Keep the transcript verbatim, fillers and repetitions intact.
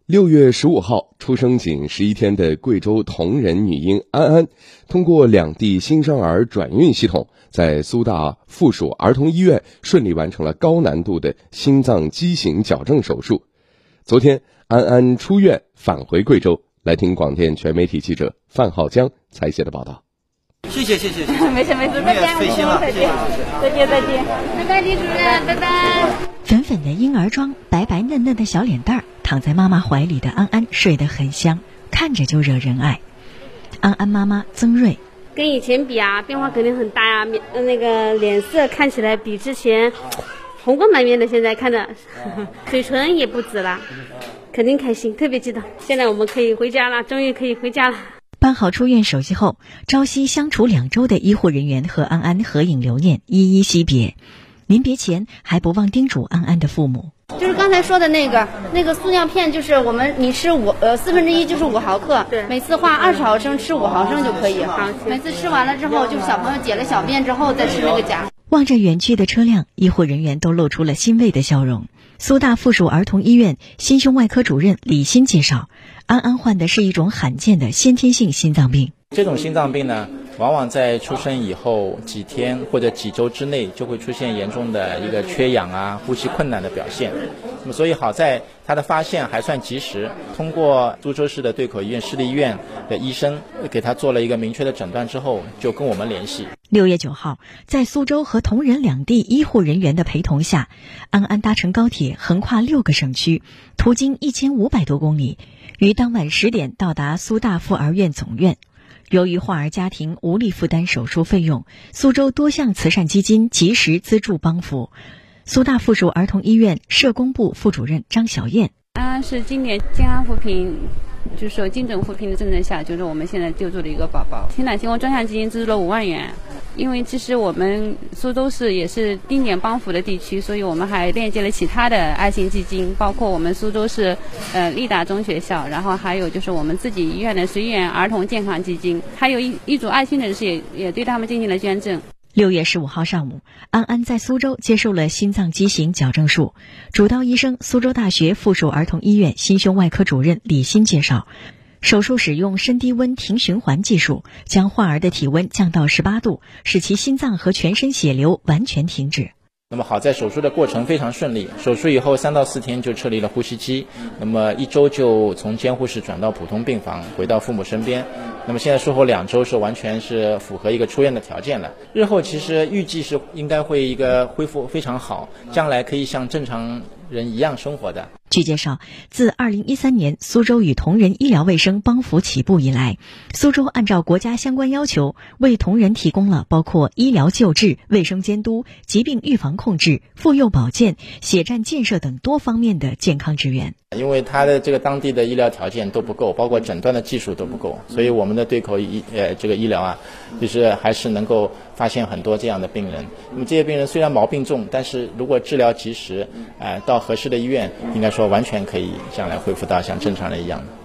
六月十五号，出生仅十一天的贵州铜仁女婴安安，通过两地新生儿转运系统，在苏大附属儿童医院顺利完成了高难度的心脏畸形矫正手术。昨天，安安出院返回贵州。来听广电全媒体记者范浩江采写的报道。 谢谢谢谢谢谢， 没事没事，再见， 费心了， 再见再见再见，拜拜，李主任，拜拜。 粉粉的婴儿装，白白嫩嫩的小脸蛋儿，躺在妈妈怀里的安安睡得很香，看着就惹人爱。安安妈妈曾瑞， 跟以前比啊，变化肯定很大呀、啊，那个脸色看起来比之前红光满面的，现在看着嘴唇也不紫了，肯定开心，特别激动。现在我们可以回家了，终于可以回家了。 办好出院手续后，朝夕相处两周的医护人员和安安合影留念，依依惜别。临别前还不忘叮嘱安安的父母， 就是刚才说的那个那个速尿片，就是我们你吃五呃四分之一就是五毫克， 对， 每次画二十毫升，吃五毫升就可以。好，每次吃完了之后，就是小朋友解了小便之后再吃那个钾。 望着远去的车辆，医护人员都露出了欣慰的笑容。苏大附属儿童医院心胸外科主任李欣介绍，安安患的是一种罕见的先天性心脏病。 这种心脏病呢，往往在出生以后几天或者几周之内就会出现严重的一个缺氧啊、呼吸困难的表现。那么所以好在它的发现还算及时，通过苏州市的对口医院市立医院的医生给他做了一个明确的诊断之后，就跟我们联系。 六月九号，在苏州和铜仁两地医护人员的陪同下，安安搭乘高铁横跨六个省区，途经一千五百多公里，于当晚十点到达苏大附儿院总院。由于患儿家庭无力负担手术费用，苏州多项慈善基金及时资助帮扶。苏大附属儿童医院社工部副主任张小燕， 安安是今年健康扶贫，就是说精准扶贫的政策下，就是我们现在救助的一个宝宝。天南星光专项基金资助了五万元。因为其实我们苏州市也是定点帮扶的地区，所以我们还链接了其他的爱心基金，包括我们苏州市呃立达中学校，然后还有就是我们自己医院的随缘儿童健康基金，还有一一组爱心人士也也对他们进行了捐赠。 六月十五号上午，安安在苏州接受了心脏畸形矫正术。主刀医生苏州大学附属儿童医院心胸外科主任李欣介绍，手术使用深低温停循环技术，将患儿的体温降到十八度，使其心脏和全身血流完全停止。 那么好在手术的过程非常顺利，手术以后三到四天就撤离了呼吸机，那么一周就从监护室转到普通病房，回到父母身边。那么现在术后两周是完全是符合一个出院的条件了。日后其实预计是应该会一个恢复非常好，将来可以像正常人一样生活的。 据介绍，自二零一三年苏州与铜仁医疗卫生帮扶起步以来，苏州按照国家相关要求，为铜仁提供了包括医疗救治、卫生监督、疾病预防控制、妇幼保健、血站建设等多方面的健康支援。 因为它的这个当地的医疗条件都不够，包括诊断的技术都不够，所以我们的对口医呃这个医疗啊，就是还是能够发现很多这样的病人。那么这些病人虽然毛病重，但是如果治疗及时，呃，到合适的医院，应该说完全可以将来恢复到像正常人一样的。